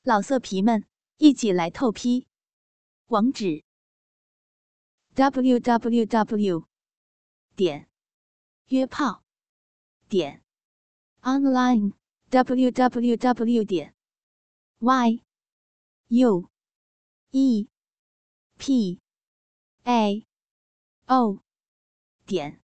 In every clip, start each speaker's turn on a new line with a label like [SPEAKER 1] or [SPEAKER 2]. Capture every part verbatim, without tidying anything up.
[SPEAKER 1] 老色皮们，一起来透批！网址 ：double u double u double u 点约炮点 online double u double u double u 点 y u e p a o 点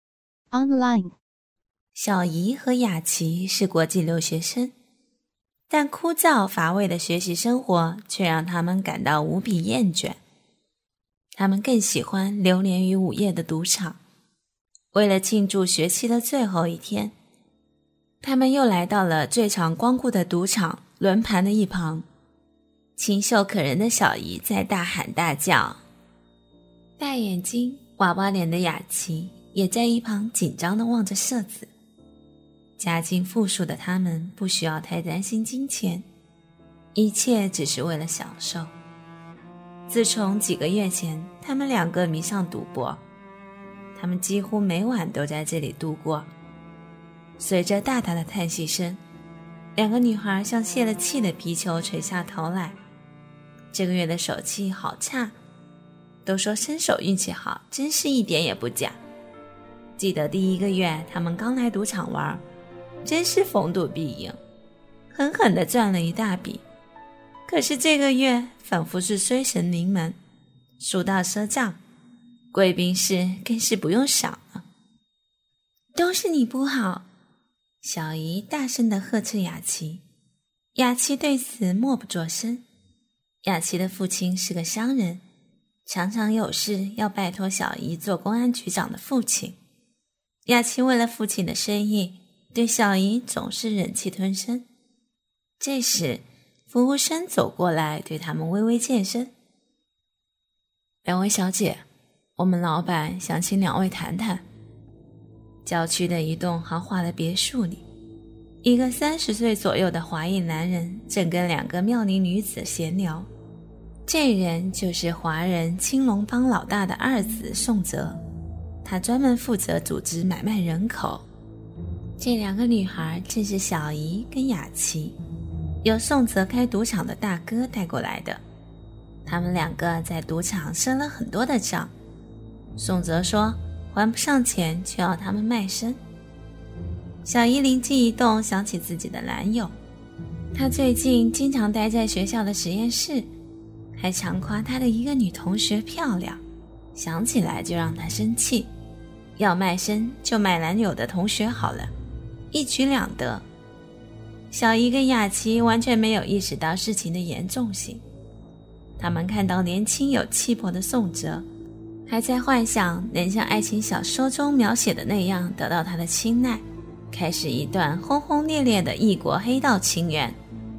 [SPEAKER 1] online。
[SPEAKER 2] 小姨和雅琪是国际留学生，但枯燥乏味的学习生活却让他们感到无比厌倦。他们更喜欢流连于午夜的赌场。为了庆祝学期的最后一天，他们又来到了最常光顾的赌场轮盘的一旁。清秀可人的小姨在大喊大叫，大眼睛娃娃脸的雅琪也在一旁紧张地望着色子。家境富庶的他们不需要太担心金钱，一切只是为了享受。自从几个月前他们两个迷上赌博，他们几乎每晚都在这里度过。随着大大的叹息声，两个女孩像泄了气的皮球垂下头来。这个月的手气好差，都说身手运气好，真是一点也不假。记得第一个月他们刚来赌场玩，真是逢赌必赢，狠狠地赚了一大笔。可是这个月仿佛是衰神临门，输到赊账，贵宾室更是不用想了。都是你不好，小姨大声地呵斥雅琪。雅琪对此默不作声。雅琪的父亲是个商人，常常有事要拜托小姨做公安局长的父亲。雅琪为了父亲的生意，对小姨总是忍气吞声。这时服务生走过来对他们微微欠身。两位小姐，我们老板想请两位谈谈。郊区的一栋豪华的别墅里，一个三十岁左右的华裔男人正跟两个妙龄女子闲聊。这人就是华人青龙帮老大的二子宋泽，他专门负责组织买卖人口。这两个女孩正是小姨跟雅琪，由宋泽开赌场的大哥带过来的。他们两个在赌场赊了很多的账，宋泽说还不上钱就要他们卖身。小姨灵机一动，想起自己的男友，他最近经常待在学校的实验室，还常夸他的一个女同学漂亮，想起来就让他生气，要卖身就卖男友的同学好了，一举两得。小姨跟雅琪完全没有意识到事情的严重性，他们看到年轻有气魄的宋哲，还在幻想能像爱情小说中描写的那样得到他的青睐，开始一段轰轰烈烈的异国黑道情缘。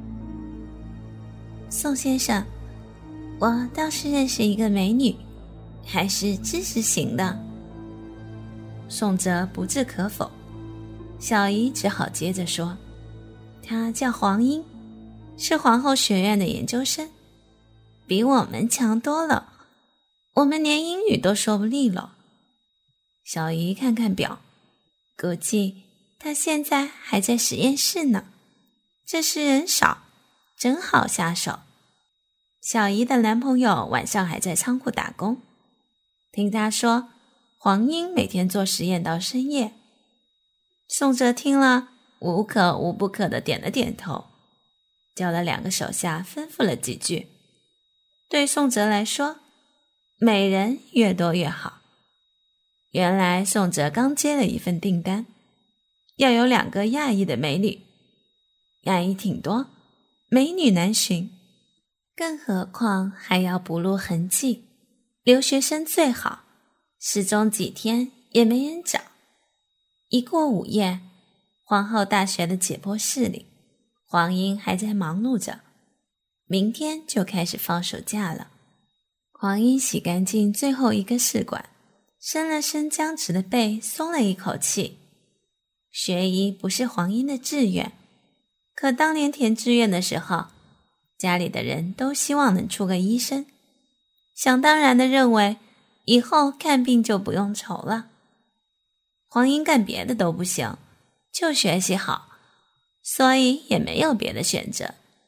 [SPEAKER 2] 宋先生，我倒是认识一个美女，还是知识型的。宋哲不置可否，小姨只好接着说，她叫黄英，是皇后学院的研究生，比我们强多了，我们连英语都说不利落。小姨看看表，估计她现在还在实验室呢，这时人少，正好下手。小姨的男朋友晚上还在仓库打工，听她说黄英每天做实验到深夜。宋哲听了无可无不可地点了点头，叫了两个手下吩咐了几句。对宋哲来说，美人越多越好。原来宋哲刚接了一份订单，要有两个亚裔的美女，亚裔挺多，美女难寻，更何况还要不露痕迹，留学生最好，失踪几天也没人找。一过午夜，皇后大学的解剖室里，黄英还在忙碌着，明天就开始放暑假了。黄英洗干净最后一个试管，伸了伸僵直的背，松了一口气。学医不是黄英的志愿，可当年填志愿的时候，家里的人都希望能出个医生，想当然地认为以后看病就不用愁了。黄英干别的都不行，就学习好，所以也没有别的选择。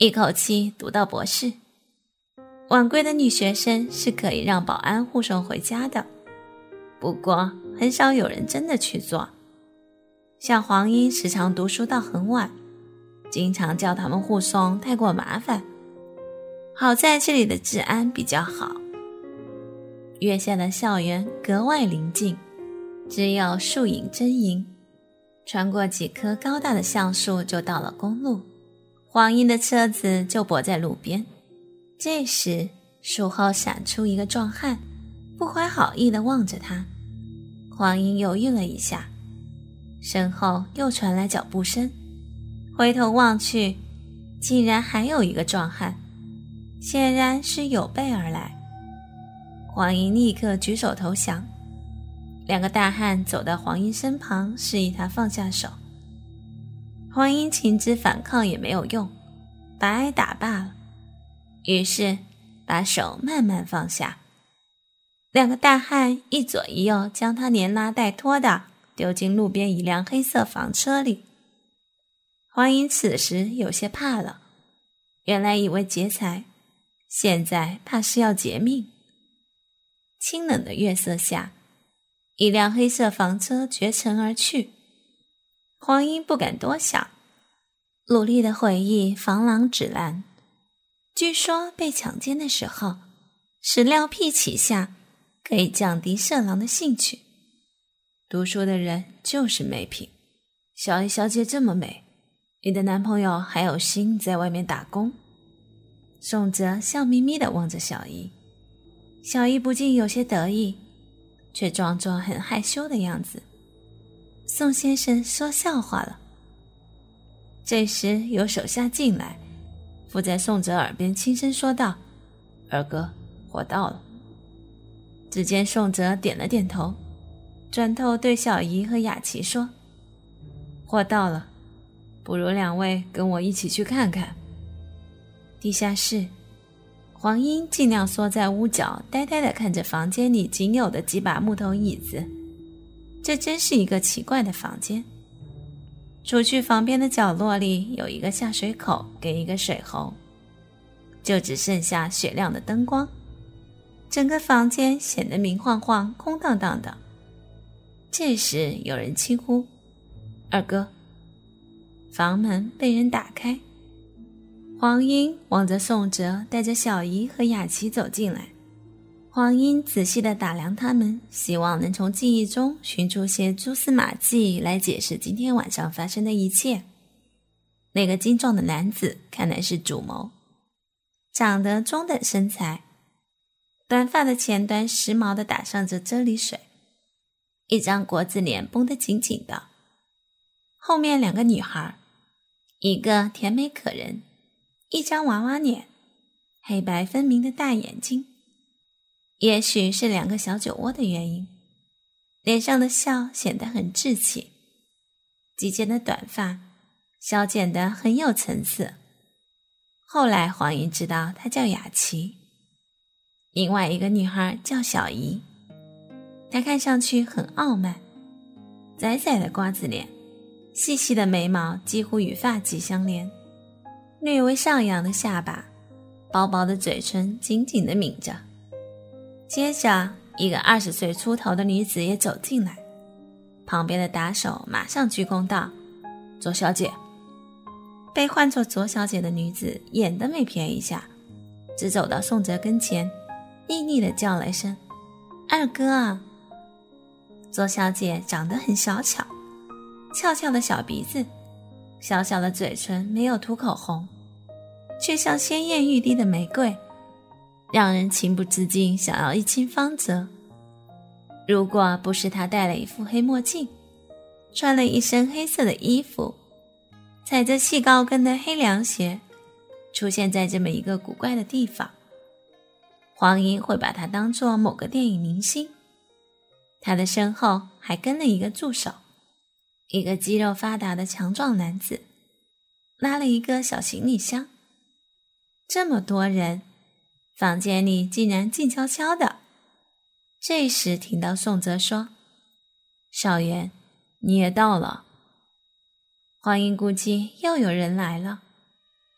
[SPEAKER 2] 一口气读到博士。晚归的女学生是可以让保安护送回家的，不过很少有人真的去做。像黄英时常读书到很晚，经常叫他们护送太过麻烦。好在这里的治安比较好，月下的校园格外宁静，只有树影真影，穿过几棵高大的橡树就到了公路。黄英的车子就泊在路边，这时树后闪出一个壮汉，不怀好意地望着他。黄英犹豫了一下，身后又传来脚步声，回头望去，竟然还有一个壮汉，显然是有备而来。黄英立刻举手投降，两个大汉走到黄英身旁，示意他放下手。黄英情知反抗也没有用，白挨打罢了，于是把手慢慢放下。两个大汉一左一右将他连拉带拖的丢进路边一辆黑色房车里。黄英此时有些怕了，原来以为劫财，现在怕是要劫命。清冷的月色下，一辆黑色房车绝尘而去。黄英不敢多想，努力地回忆防狼指南。据说被强奸的时候，屎尿屁起下可以降低色狼的兴趣。读书的人就是美品。小姨小姐这么美，你的男朋友还有心在外面打工？宋哲笑眯眯地望着小姨，小姨不禁有些得意，却装作很害羞的样子。宋先生说笑话了。这时有手下进来，附在宋哲耳边轻声说道：二哥，货到了。只见宋哲点了点头，转头对小姨和雅琪说：货到了，不如两位跟我一起去看看。地下室，黄英尽量缩在屋角，呆呆地看着房间里仅有的几把木头椅子。这真是一个奇怪的房间。除去房边的角落里有一个下水口跟一个水喉，就只剩下雪亮的灯光，整个房间显得明晃晃空荡荡的。这时有人轻呼：二哥。房门被人打开，黄英望着宋哲带着小姨和雅琪走进来。黄英仔细地打量他们，希望能从记忆中寻出些蛛丝马迹来解释今天晚上发生的一切。那个精壮的男子看来是主谋，长得中等身材，短发的前端时髦地打上着啫喱水，一张国字脸绷得紧紧的。后面两个女孩，一个甜美可人，一张娃娃脸，黑白分明的大眼睛，也许是两个小酒窝的原因，脸上的笑显得很稚气。及肩的短发削剪得很有层次。后来黄英知道她叫雅琪，另外一个女孩叫小姨，她看上去很傲慢，窄窄的瓜子脸，细细的眉毛几乎与发髻相连，略微上扬的下巴，薄薄的嘴唇紧紧地抿着。接着一个二十岁出头的女子也走进来，旁边的打手马上鞠躬道：左小姐。被唤作左小姐的女子眼都没瞥一下，只走到宋哲跟前，厉厉地叫了一声：二哥啊。左小姐长得很小巧，翘翘的小鼻子，小小的嘴唇没有涂口红，却像鲜艳欲滴的玫瑰，让人情不自禁想要一亲芳泽。如果不是她戴了一副黑墨镜，穿了一身黑色的衣服，踩着细高跟的黑凉鞋，出现在这么一个古怪的地方，黄英会把她当作某个电影明星。她的身后还跟了一个助手，一个肌肉发达的强壮男子，拉了一个小行李箱。这么多人，房间里竟然静悄悄的。这时听到宋哲说：少元，你也到了。黄英估计又有人来了。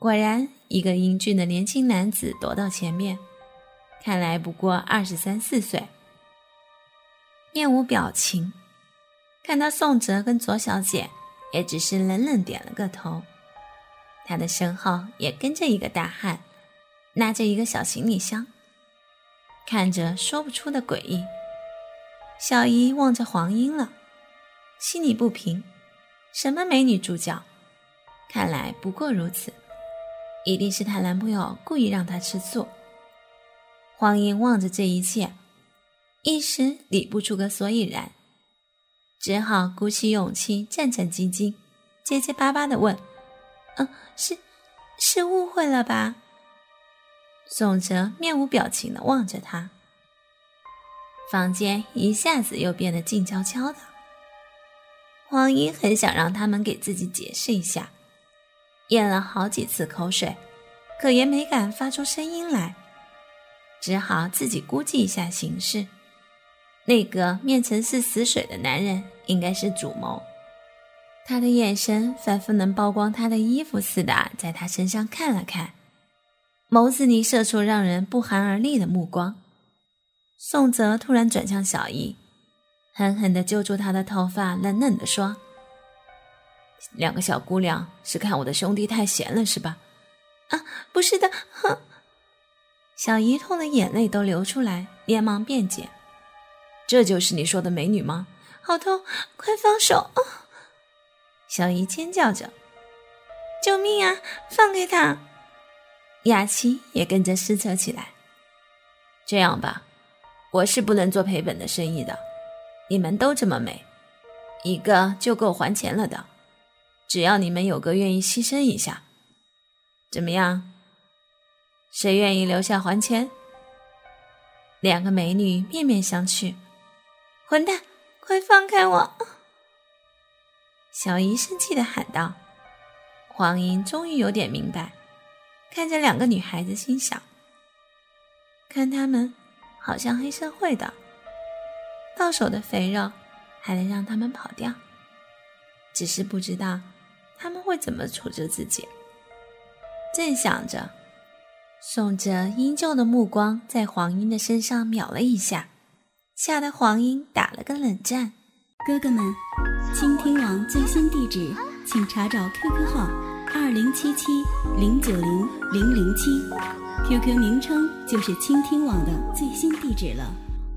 [SPEAKER 2] 果然，一个英俊的年轻男子躲到前面，看来不过二十三四岁，面无表情。看到宋哲跟左小姐，也只是冷冷点了个头。他的身后也跟着一个大汉，拿着一个小行李箱，看着说不出的诡异。小姨望着黄英了，心里不平，什么美女助教，看来不过如此，一定是她男朋友故意让她吃醋。黄英望着这一切，一时理不出个所以然，只好鼓起勇气，战战兢兢，结结巴巴地问：嗯，是是误会了吧？宋哲面无表情地望着他。房间一下子又变得静悄悄的。黄英很想让他们给自己解释一下，咽了好几次口水，可也没敢发出声音来，只好自己估计一下形势。那个面呈是死水的男人应该是主谋，他的眼神仿佛能剥光他的衣服似的在他身上看了看，眸子里射出让人不寒而栗的目光。宋哲突然转向小姨，狠狠地揪住她的头发，冷冷地说：两个小姑娘是看我的兄弟太闲了是吧？啊，不是的，哼！小姨痛的眼泪都流出来，连忙辩解：这就是你说的美女吗？好痛，快放手！啊！小姨尖叫着：救命啊，放开她！雅琪也跟着撕扯起来。这样吧，我是不能做赔本的生意的，你们都这么美，一个就够还钱了的，只要你们有个愿意牺牲一下，怎么样？谁愿意留下还钱？两个美女面面相觑。混蛋，快放开我！小姨生气地喊道。黄英终于有点明白，看着两个女孩子心想，看她们好像黑社会的，到手的肥肉还能让他们跑掉，只是不知道他们会怎么处置自己。正想着，宋哲依旧的目光在黄英的身上瞄了一下，吓得黄英打了个冷战。
[SPEAKER 3] 哥哥们，倾听网最新地址请查找 Q Q 号二零七七零九零零零七 ，Q Q 名称就是倾听网的最新地址了。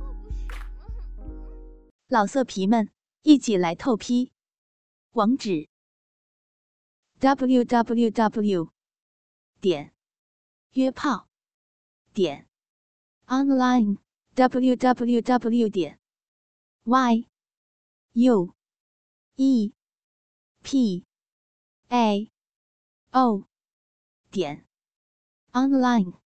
[SPEAKER 1] 老色皮们，一起来透批！网址 ：double u double u double u 点约炮点 online w w w 点 y u e p a o 点 online。